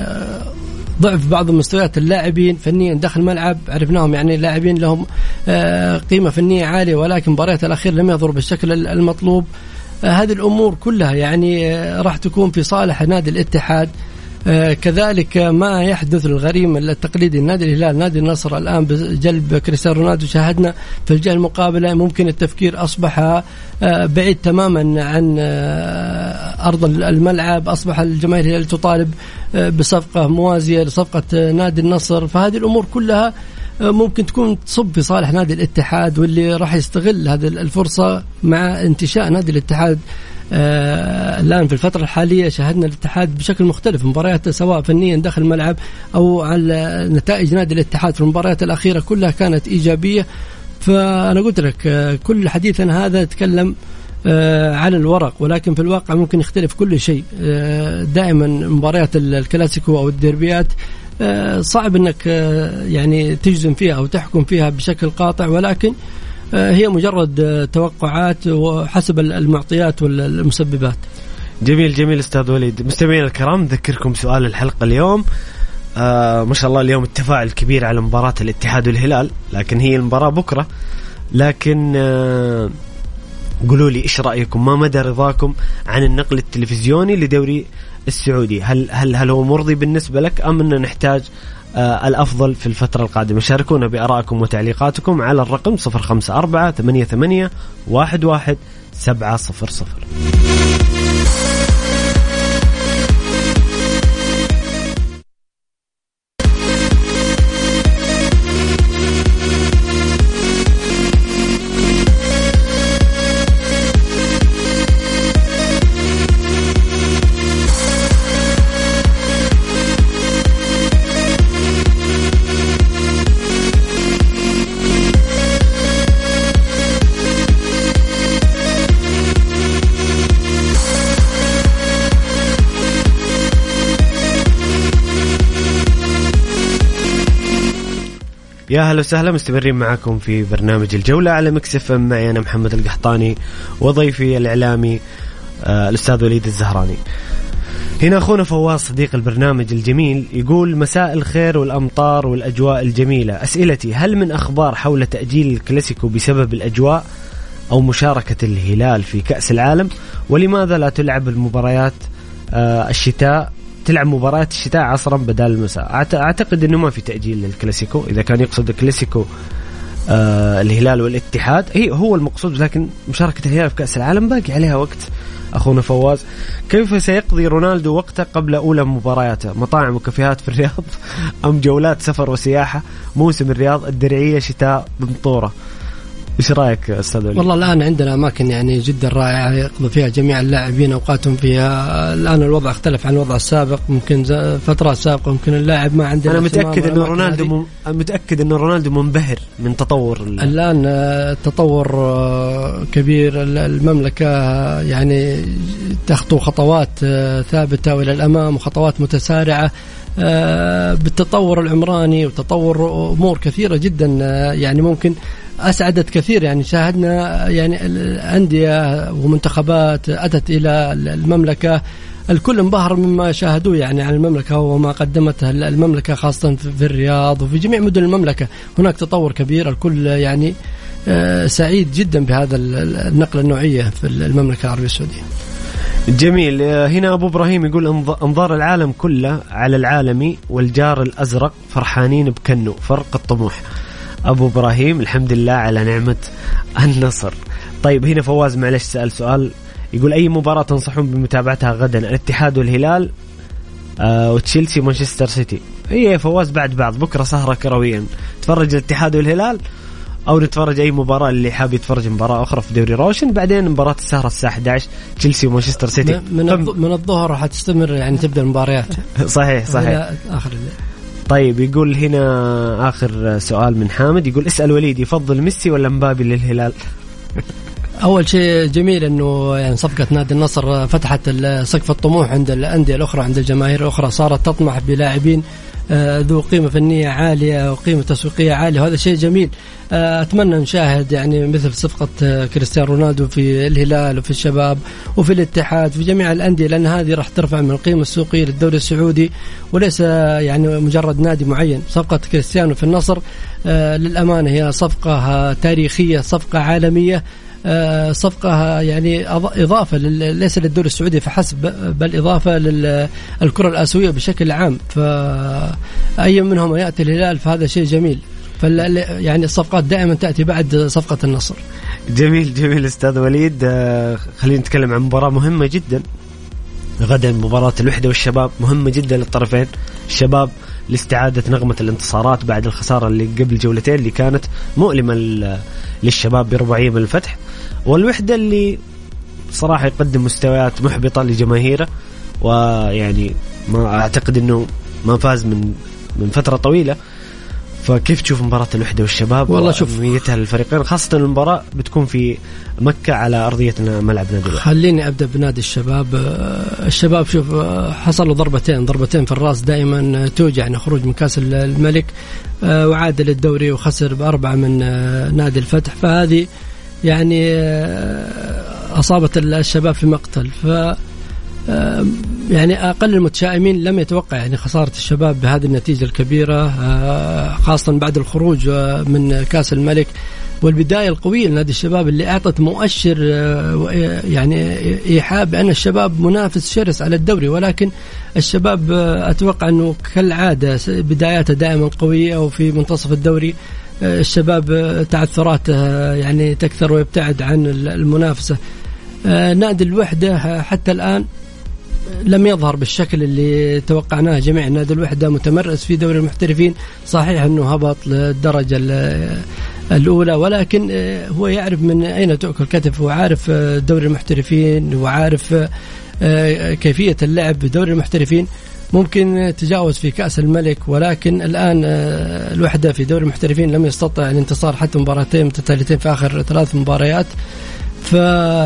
ضعف بعض مستويات اللاعبين فنيا داخل الملعب. عرفناهم يعني لاعبين لهم قيمة فنية عالية، ولكن مباريات الأخير لم يظهروا بالشكل المطلوب. هذه الأمور كلها يعني راح تكون في صالح نادي الاتحاد. كذلك ما يحدث الغريم التقليدي النادي الهلال نادي النصر الآن بجلب كريستيانو رونالدو. شاهدنا في الجهة المقابلة ممكن التفكير أصبح بعيد تماما عن أرض الملعب، أصبح الجماهير الهلال تطالب بصفقة موازية لصفقة نادي النصر. فهذه الأمور كلها ممكن تكون تصب في صالح نادي الاتحاد، واللي راح يستغل هذه الفرصة مع انتشاء نادي الاتحاد آه الآن في الفترة الحالية شاهدنا الاتحاد بشكل مختلف مباريات سواء فنيا داخل الملعب أو على نتائج نادي الاتحاد في المباريات الأخيرة كلها كانت إيجابية. فأنا قلت لك آه كل حديثنا هذا يتكلم آه على الورق، ولكن في الواقع ممكن يختلف كل شيء. آه دائما مباريات الكلاسيكو أو الديربيات آه صعب أنك آه يعني تجزم فيها أو تحكم فيها بشكل قاطع، ولكن هي مجرد توقعات وحسب المعطيات والمسببات. جميل جميل أستاذ وليد. مستمعينا الكرام نذكركم سؤال الحلقة اليوم. آه ما شاء الله اليوم التفاعل كبير على مباراة الاتحاد والهلال، لكن هي المباراة بكرة. لكن آه قولوا لي إيش رأيكم، ما مدى رضاكم عن النقل التلفزيوني لدوري السعودي؟ هل هل هل هو مرضي بالنسبة لك أم أن نحتاج آه الأفضل في الفترة القادمة؟ شاركونا بآرائكم وتعليقاتكم على الرقم صفر خمسة أربعة ثمانية ثمانية واحد واحد سبعة صفر صفر. يا هلا وسهلا، مستمرين معكم في برنامج الجولة على ميكس اف ام. معي أنا محمد القحطاني وضيفي الإعلامي آه الأستاذ وليد الزهراني. هنا أخونا فواز صديق البرنامج الجميل يقول مساء الخير والأمطار والأجواء الجميلة. أسئلتي: هل من أخبار حول تأجيل الكلاسيكو بسبب الأجواء أو مشاركة الهلال في كأس العالم؟ ولماذا لا تلعب المباريات آه الشتاء تلعب مباريات الشتاء عصرا بدل المساء؟ أعتقد أنه ما في تأجيل للكلاسيكو. إذا كان يقصد الكلاسيكو آه الهلال والاتحاد هي هو المقصود، لكن مشاركة الهلال في كأس العالم باقي عليها وقت. أخونا فواز: كيف سيقضي رونالدو وقته قبل أولى مبارياته؟ مطاعم وكافيهات في الرياض أم جولات سفر وسياحة؟ موسم الرياض الدرعية شتاء بمطورة. إيش رأيك أستاذ وليد؟ والله الآن عندنا أماكن يعني جدا رائعة يقضي فيها جميع اللاعبين أوقاتهم فيها. الآن الوضع اختلف عن الوضع السابق، ممكن فترات سابقة ممكن اللاعب ما عندنا. أنا متأكد إنه رونالدو م... متأكد إنه رونالدو منبهر من تطور ال... الآن التطور كبير. المملكة يعني تخطو خطوات ثابتة وإلى الأمام وخطوات متسارعة بالتطور العمراني وتطور أمور كثيرة جدا. يعني ممكن أسعدت كثير، يعني شاهدنا يعني الأندية ومنتخبات أتت إلى المملكة، الكل انبهر مما شاهدوه يعني عن المملكة وما قدمتها المملكة، خاصة في الرياض وفي جميع مدن المملكة هناك تطور كبير. الكل يعني سعيد جدا بهذا النقلة النوعية في المملكة العربية السعودية. جميل. هنا أبو إبراهيم يقول: أنظار العالم كله على العالمي والجار الأزرق فرحانين بكنو فرق الطموح. أبو إبراهيم الحمد لله على نعمة النصر. طيب هنا فواز معلش سأل سؤال يقول: أي مباراة تنصحون بمتابعتها غدا؟ الاتحاد والهلال آه وتشيلسي ومانشستر سيتي. هي فواز بعد بعض بكرة سهرة كرويا، تفرج الاتحاد والهلال أو نتفرج أي مباراة اللي حاب يتفرج مباراة أخرى في دوري روشن. بعدين مباراة السهرة الساعة أحد عشر تشيلسي ومانشستر سيتي من, طب... من الظهر راح تستمر يعني تبدأ المباريات. صحيح صحيح آخر الليل. طيب يقول هنا آخر سؤال من حامد يقول: اسأل وليد يفضل ميسي ولا مبابي للهلال؟ أول شيء جميل أنه يعني صفقة نادي النصر فتحت سقف الطموح عند الأندية الأخرى، عند الجماهير الأخرى صارت تطمح بلاعبين ذو قيمة فنية عالية وقيمة تسويقية عالية، وهذا شيء جميل. أتمنى نشاهد يعني مثل صفقة كريستيانو رونالدو في الهلال وفي الشباب وفي الاتحاد في جميع الأندية، لأن هذه راح ترفع من القيمة السوقية للدوري السعودي وليس يعني مجرد نادي معين. صفقة كريستيانو في النصر للأمانة هي صفقة تاريخية، صفقة عالمية، صفقة يعني إضافة ليس للدوري السعودي فحسب بل إضافة للكرة الآسيوية بشكل عام. فأي منهم يأتي الهلال فهذا شيء جميل. فال يعني الصفقات دائما تأتي بعد صفقة النصر. جميل جميل أستاذ وليد. خلينا نتكلم عن مباراة مهمة جدا غدا، مباراة الوحدة والشباب، مهمة جدا للطرفين. الشباب لاستعادة نغمة الانتصارات بعد الخسارة اللي قبل جولتين اللي كانت مؤلمة للشباب برباعية من الفتح، والوحدة اللي صراحة يقدم مستويات محبطة لجماهيره، ويعني ما أعتقد أنه ما فاز من من فترة طويلة. فكيف تشوف مباراة الوحدة والشباب؟ والله شوف أهميتها للفريقين، خاصة المباراة بتكون في مكة على أرضية ملعب نادي الوحدة. خليني أبدأ بنادي الشباب. الشباب شوف حصلوا ضربتين ضربتين في الرأس دائما توجع، يعني خروج من كأس الملك وعادل الدوري وخسر بأربعة من نادي الفتح، فهذه يعني أصابت الشباب في مقتل. ف يعني أقل المتشائمين لم يتوقع يعني خسارة الشباب بهذه النتيجة الكبيرة، خاصة بعد الخروج من كأس الملك والبداية القوية لنادي الشباب اللي أعطت مؤشر يعني إيحاء بأن الشباب منافس شرس على الدوري. ولكن الشباب أتوقع أنه كالعادة بداياته دائما قوية، وفي منتصف الدوري الشباب تعثراته يعني تكثر ويبتعد عن المنافسة. نادي الوحدة حتى الآن لم يظهر بالشكل اللي توقعناه جميع. نادي الوحدة متمرس في دوري المحترفين، صحيح أنه هبط للدرجة الأولى، ولكن هو يعرف من أين تؤكل كتف، وعارف دوري المحترفين وعارف كيفية اللعب بدوري المحترفين. ممكن تجاوز في كأس الملك، ولكن الآن الوحدة في دوري المحترفين لم يستطع الانتصار حتى مباراتين متتاليتين في آخر ثلاث مباريات. ف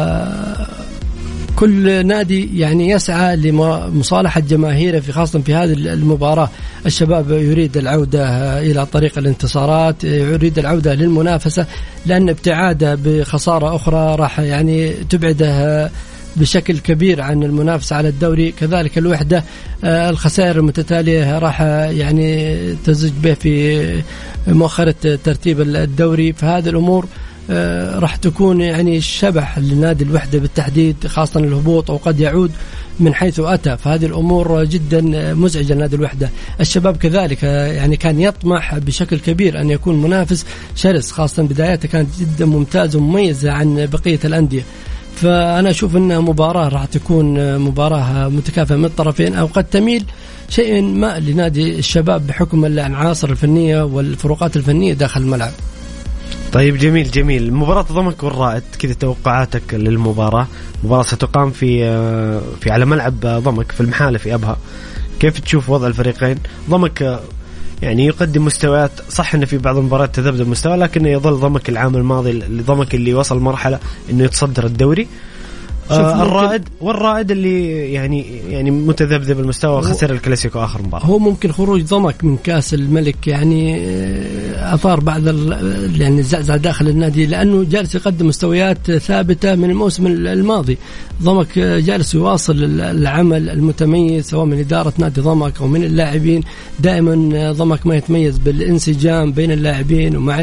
كل نادي يعني يسعى لمصالحة جماهيره في خاصة في هذه المباراة. الشباب يريد العودة إلى طريق الانتصارات، يريد العودة للمنافسة، لأن ابتعاده بخسارة أخرى راح يعني تبعده بشكل كبير عن المنافسة على الدوري. كذلك الوحدة الخسائر المتتالية راح يعني تزج به في مؤخرة ترتيب الدوري. فهذه الأمور راح تكون يعني شبح لنادي الوحدة بالتحديد، خاصة الهبوط، وقد يعود من حيث أتى. فهذه الأمور جدا مزعجة لنادي الوحدة. الشباب كذلك يعني كان يطمح بشكل كبير أن يكون منافس شرس، خاصة بداياته كانت جدا ممتازة ومميزة عن بقية الأندية. فأنا أشوف أنها مباراة راح تكون مباراة متكافئة من الطرفين، أو قد تميل شيء ما لنادي الشباب بحكم العناصر الفنية والفروقات الفنية داخل الملعب. طيب جميل جميل. مباراة ضمك والرائد، كذا توقعاتك للمباراة؟ مباراة ستقام في في على ملعب ضمك في المحالة في أبها. كيف تشوف وضع الفريقين؟ ضمك يعني يقدم مستويات، صح إن في بعض المباريات تذبذب مستوى، لكن يظل ضمك العام الماضي، ضمك اللي وصل مرحلة إنه يتصدر الدوري. آه الرائد والرائد اللي يعني يعني متذبذب المستوى وخسر الكلاسيكو آخر مباراة. هو ممكن خروج ضمك من كأس الملك يعني أثار بعض يعني الزعزعة داخل النادي، لأنه جالس يقدم مستويات ثابتة من الموسم الماضي. ضمك جالس يواصل العمل المتميز سواء من إدارة نادي ضمك أو من اللاعبين. دائما ضمك ما يتميز بالانسجام بين اللاعبين ومع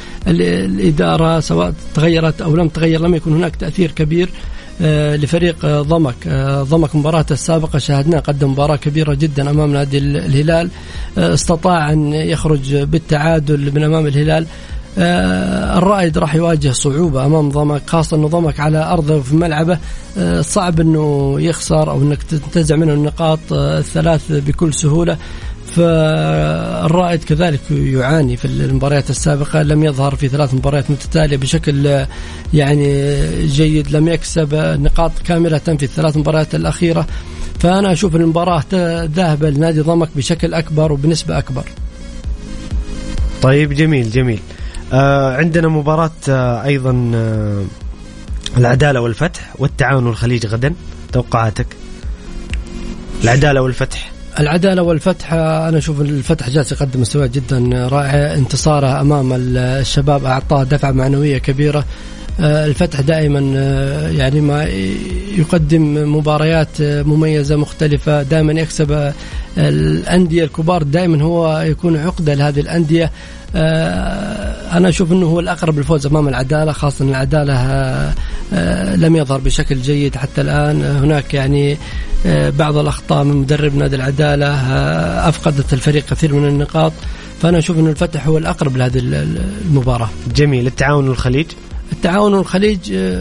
الإدارة، سواء تغيرت أو لم تغير لم يكن هناك تأثير كبير لفريق ضمك. ضمك مباراة السابقة شاهدنا قدم مباراة كبيرة جدا أمام نادي الهلال، استطاع أن يخرج بالتعادل من أمام الهلال. الرائد راح يواجه صعوبة أمام ضمك، خاصة أنه ضمك على أرضه وفي ملعبه صعب أنه يخسر أو أنك تنتزع منه النقاط الثلاث بكل سهولة. فالرائد كذلك يعاني في المباريات السابقة، لم يظهر في ثلاث مباريات متتالية بشكل يعني جيد، لم يكسب نقاط كاملة في الثلاث مباريات الأخيرة. فأنا أشوف المباراة ذاهبة لنادي ضمك بشكل أكبر وبنسبة أكبر. طيب جميل جميل. آه عندنا مباراة آه أيضا آه العدالة والفتح والتعاون والخليج غدا، توقعاتك؟ العدالة والفتح. العدالة والفتح، أنا أشوف الفتح جالس يقدم مستوى جدا رائع. انتصاره أمام الشباب أعطاه دفعة معنوية كبيرة. الفتح دائما يعني ما يقدم مباريات مميزة مختلفة، دائما يكسب الأندية الكبار، دائما هو يكون عقدة لهذه الأندية. أنا أشوف أنه هو الأقرب للفوز أمام العدالة، خاصة العدالة لم يظهر بشكل جيد حتى الآن. هناك يعني بعض الأخطاء من مدرب نادي العدالة أفقدت الفريق كثير من النقاط. فأنا أشوف أن الفتح هو الأقرب لهذه المباراة. جميل. التعاون والخليج. التعاون والخليج،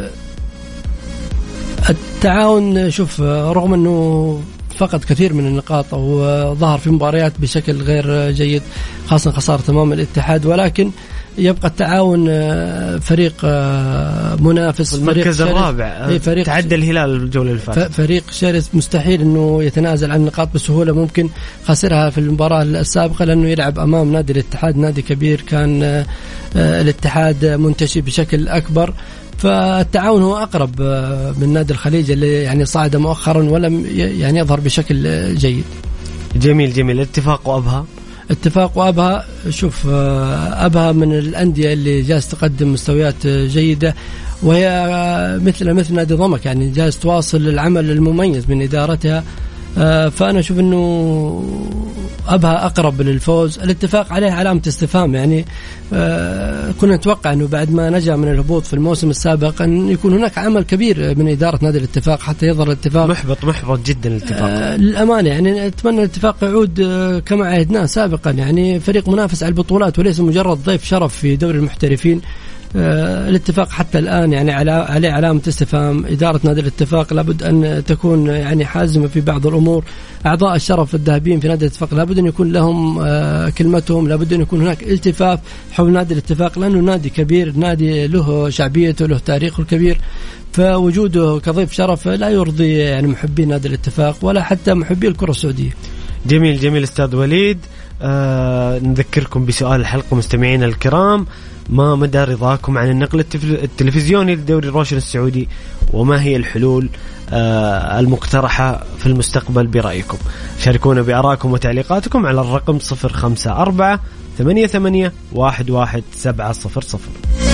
التعاون شوف رغم أنه فقد كثير من النقاط أو ظهر في مباريات بشكل غير جيد، خاصة خسارة أمام الاتحاد، ولكن يبقى التعاون فريق منافس المركز الرابع فريق تعدى الهلال الجولة اللي فاتت. فريق شرس مستحيل أنه يتنازل عن النقاط بسهولة، ممكن خسرها في المباراة السابقة لأنه يلعب أمام نادي الاتحاد، نادي كبير كان الاتحاد منتشي بشكل أكبر. فالتعاون هو أقرب من نادي الخليج اللي يعني صعد مؤخرا ولم يعني يظهر بشكل جيد. جميل جميل. اتفاق وأبها اتفاق وأبها، شوف أبها من الأندية اللي جالس تقدم مستويات جيدة، وهي مثل مثل نادي ضمك يعني جالس تواصل العمل المميز من إدارتها. فأنا أشوف أنه أبها أقرب للفوز. الاتفاق عليه علامة استفهام، يعني كنا نتوقع أنه بعد ما نجا من الهبوط في الموسم السابق أن يكون هناك عمل كبير من إدارة نادي الاتفاق حتى يظهر الاتفاق. محبط محبط جدا الاتفاق للأمانة، يعني أتمنى الاتفاق يعود كما عهدناه سابقا، يعني فريق منافس على البطولات وليس مجرد ضيف شرف في دوري المحترفين. الاتفاق حتى الآن يعني عليه علامة استفهام. إدارة نادي الاتفاق لابد أن تكون يعني حازمة في بعض الأمور. أعضاء الشرف الذهبيين في نادي الاتفاق لابد أن يكون لهم كلمتهم، لابد أن يكون هناك التفاف حول نادي الاتفاق، لأنه نادي كبير، نادي له شعبيته، له تاريخه الكبير. فوجوده كضيف شرف لا يرضي يعني محبي نادي الاتفاق ولا حتى محبي الكرة السعودية. جميل جميل أستاذ وليد. آه نذكركم بسؤال الحلقة مستمعينا الكرام: ما مدى رضاكم عن النقل التلفزيوني للدوري الروشن السعودي، وما هي الحلول آه المقترحة في المستقبل برأيكم؟ شاركونا بآرائكم وتعليقاتكم على الرقم صفر خمسة أربعة ثمانية ثمانية واحد واحد سبعة صفر صفر.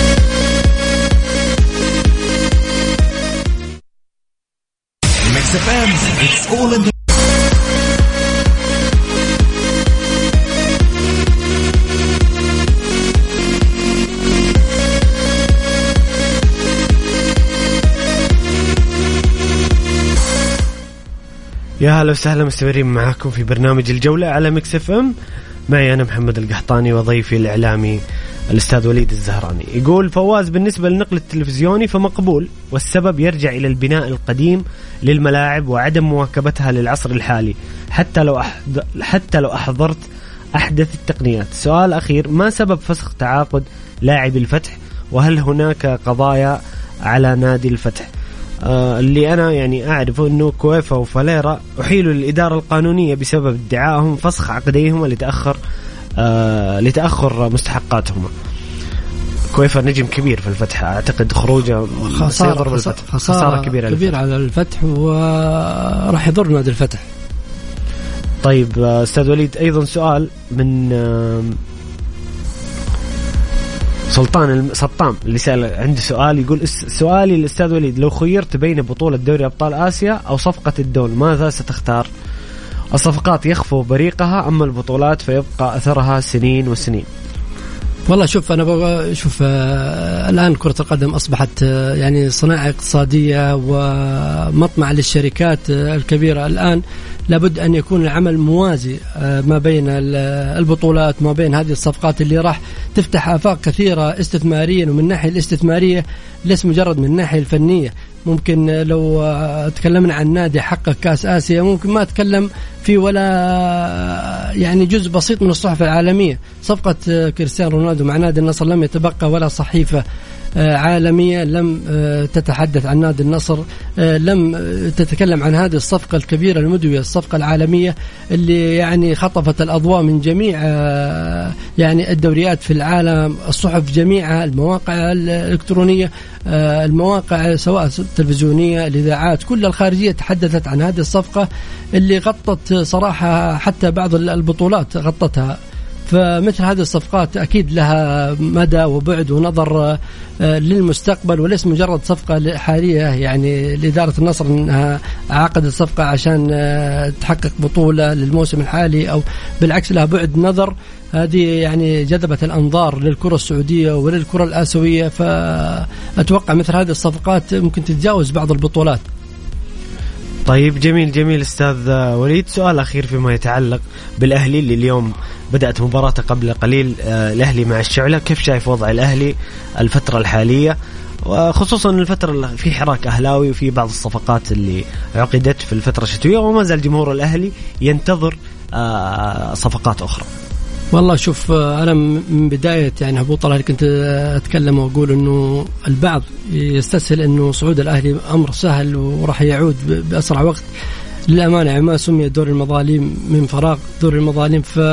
يا هلا وسهلا، مستمرين معاكم في برنامج الجولة على ميكس اف ام. معي أنا محمد القحطاني وضيفي الإعلامي الأستاذ وليد الزهراني. يقول فواز: بالنسبة للنقل التلفزيوني فمقبول، والسبب يرجع إلى البناء القديم للملاعب وعدم مواكبتها للعصر الحالي، حتى لو أحد... حتى لو أحضرت أحدث التقنيات. سؤال أخير: ما سبب فسخ تعاقد لاعب الفتح، وهل هناك قضايا على نادي الفتح؟ آه اللي أنا يعني أعرفه أنه كويفا وفاليرا أحيلوا للإدارة القانونية بسبب ادعائهم فسخ عقديهم لتأخر آه لتأخر مستحقاتهم. كويفا نجم كبير في الفتح، أعتقد خروجه خسارة, خسارة, خسارة كبيرة كبير على الفتح وراح يضر نادي الفتح. طيب أستاذ وليد، أيضا سؤال من آه سلطان سطام اللي سأل عنده سؤال، يقول: سؤالي للأستاذ وليد: لو خيرت بين بطولة دوري أبطال آسيا أو صفقة الدول ماذا ستختار؟ الصفقات يخفو بريقها، أما البطولات فيبقى أثرها سنين وسنين. والله شوف، أنا بقى شوف آه الآن كرة القدم أصبحت آه يعني صناعة اقتصادية ومطمع للشركات آه الكبيرة. الآن لابد أن يكون العمل موازي آه ما بين البطولات، ما بين هذه الصفقات اللي راح تفتح آفاق كثيرة استثماريا، ومن الناحية الاستثمارية ليس مجرد من الناحية الفنية. ممكن لو تكلمنا عن نادي حقق كأس آسيا ممكن ما أتكلم في ولا يعني جزء بسيط من الصحف العالمية. صفقة كريستيانو رونالدو مع نادي النصر لم يتبقى ولا صحيفة عالمية لم تتحدث عن نادي النصر، لم تتكلم عن هذه الصفقة الكبيرة المدوية، الصفقة العالمية اللي يعني خطفت الأضواء من جميع يعني الدوريات في العالم، الصحف جميعها، المواقع الإلكترونية، المواقع سواء التلفزيونية، الإذاعات، كل الخارجية تحدثت عن هذه الصفقة اللي غطت صراحة حتى بعض البطولات غطتها. فمثل هذه الصفقات أكيد لها مدى وبعد ونظر للمستقبل، وليس مجرد صفقة حالية. يعني لإدارة النصر أنها عقدت صفقة عشان تحقق بطولة للموسم الحالي، أو بالعكس لها بعد نظر. هذه يعني جذبت الأنظار للكرة السعودية وللكرة الآسيوية، فأتوقع مثل هذه الصفقات ممكن تتجاوز بعض البطولات. طيب جميل جميل أستاذ وليد. سؤال أخير فيما يتعلق بالأهلي اللي اليوم بدأت مباراته قبل قليل، الأهلي مع الشعلة. كيف شايف وضع الأهلي الفترة الحالية، وخصوصا الفترة في حراك أهلاوي وفي بعض الصفقات اللي عقدت في الفترة الشتوية، وما زال جمهور الأهلي ينتظر صفقات أخرى؟ والله شوف، أنا من بداية يعني هبوط الأهلي كنت أتكلم وأقول إنه البعض يستسهل إنه صعود الأهلي أمر سهل وراح يعود بأسرع وقت. للأمانة يعني ما سمي دور المظالم من فراغ، دور المظالم ف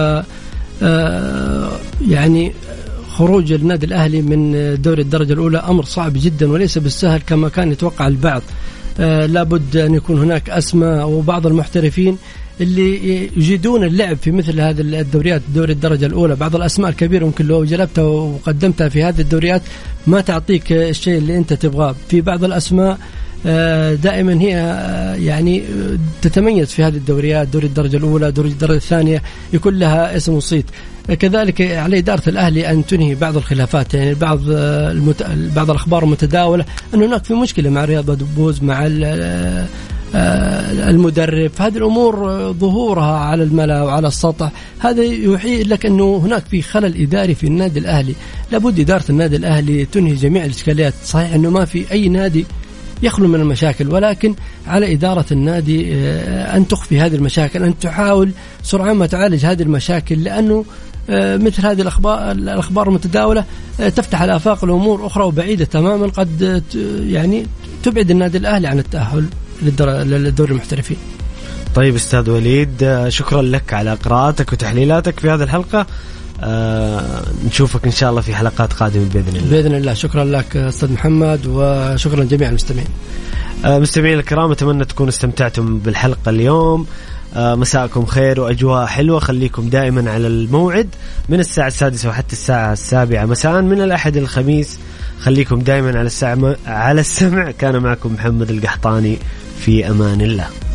يعني خروج النادي الأهلي من دوري الدرجة الأولى أمر صعب جدا وليس بالسهل كما كان يتوقع البعض. لابد أن يكون هناك أسماء وبعض المحترفين اللي يجيدون اللعب في مثل هذه الدوريات، دوري الدرجة الأولى. بعض الأسماء الكبيرة ممكن لو جلبتها وقدمتها في هذه الدوريات ما تعطيك الشيء اللي أنت تبغاه. في بعض الأسماء دائما هي يعني تتميز في هذه الدوريات، دوري الدرجة الأولى، دوري الدرجة الثانية، يكون لها اسم وصيت. كذلك على إدارة الأهلي أن تنهي بعض الخلافات. يعني بعض المت... بعض الأخبار المتداولة أن هناك في مشكلة مع رياض دبوز مع المدرب. هذه الأمور ظهورها على الملأ وعلى السطح هذا يوحي لك أنه هناك في خلل إداري في النادي الأهلي. لابد إدارة النادي الأهلي تنهي جميع الإشكاليات. صحيح أنه ما في أي نادي يخلو من المشاكل، ولكن على إدارة النادي أن تخفي هذه المشاكل، أن تحاول سرعان ما تعالج هذه المشاكل، لأنه مثل هذه الأخبار الأخبار المتداولة تفتح على آفاق الأمور أخرى وبعيدة تماما، قد يعني تبعد النادي الأهلي عن التأهل للدوري المحترفين. طيب أستاذ وليد، شكرا لك على قراءتك وتحليلاتك في هذه الحلقة. آه نشوفك إن شاء الله في حلقات قادمة بإذن الله. بإذن الله. شكرا لك أستاذ محمد وشكرا لجميع المستمعين. آه مستمعين الكرام، أتمنى تكونوا استمتعتم بالحلقة اليوم. آه مساءكم خير وأجواء حلوة. خليكم دائما على الموعد من الساعة السادسة وحتى الساعة السابعة مساء من الأحد الخميس. خليكم دائما على السمع على السمع. كان معكم محمد القحطاني، في أمان الله.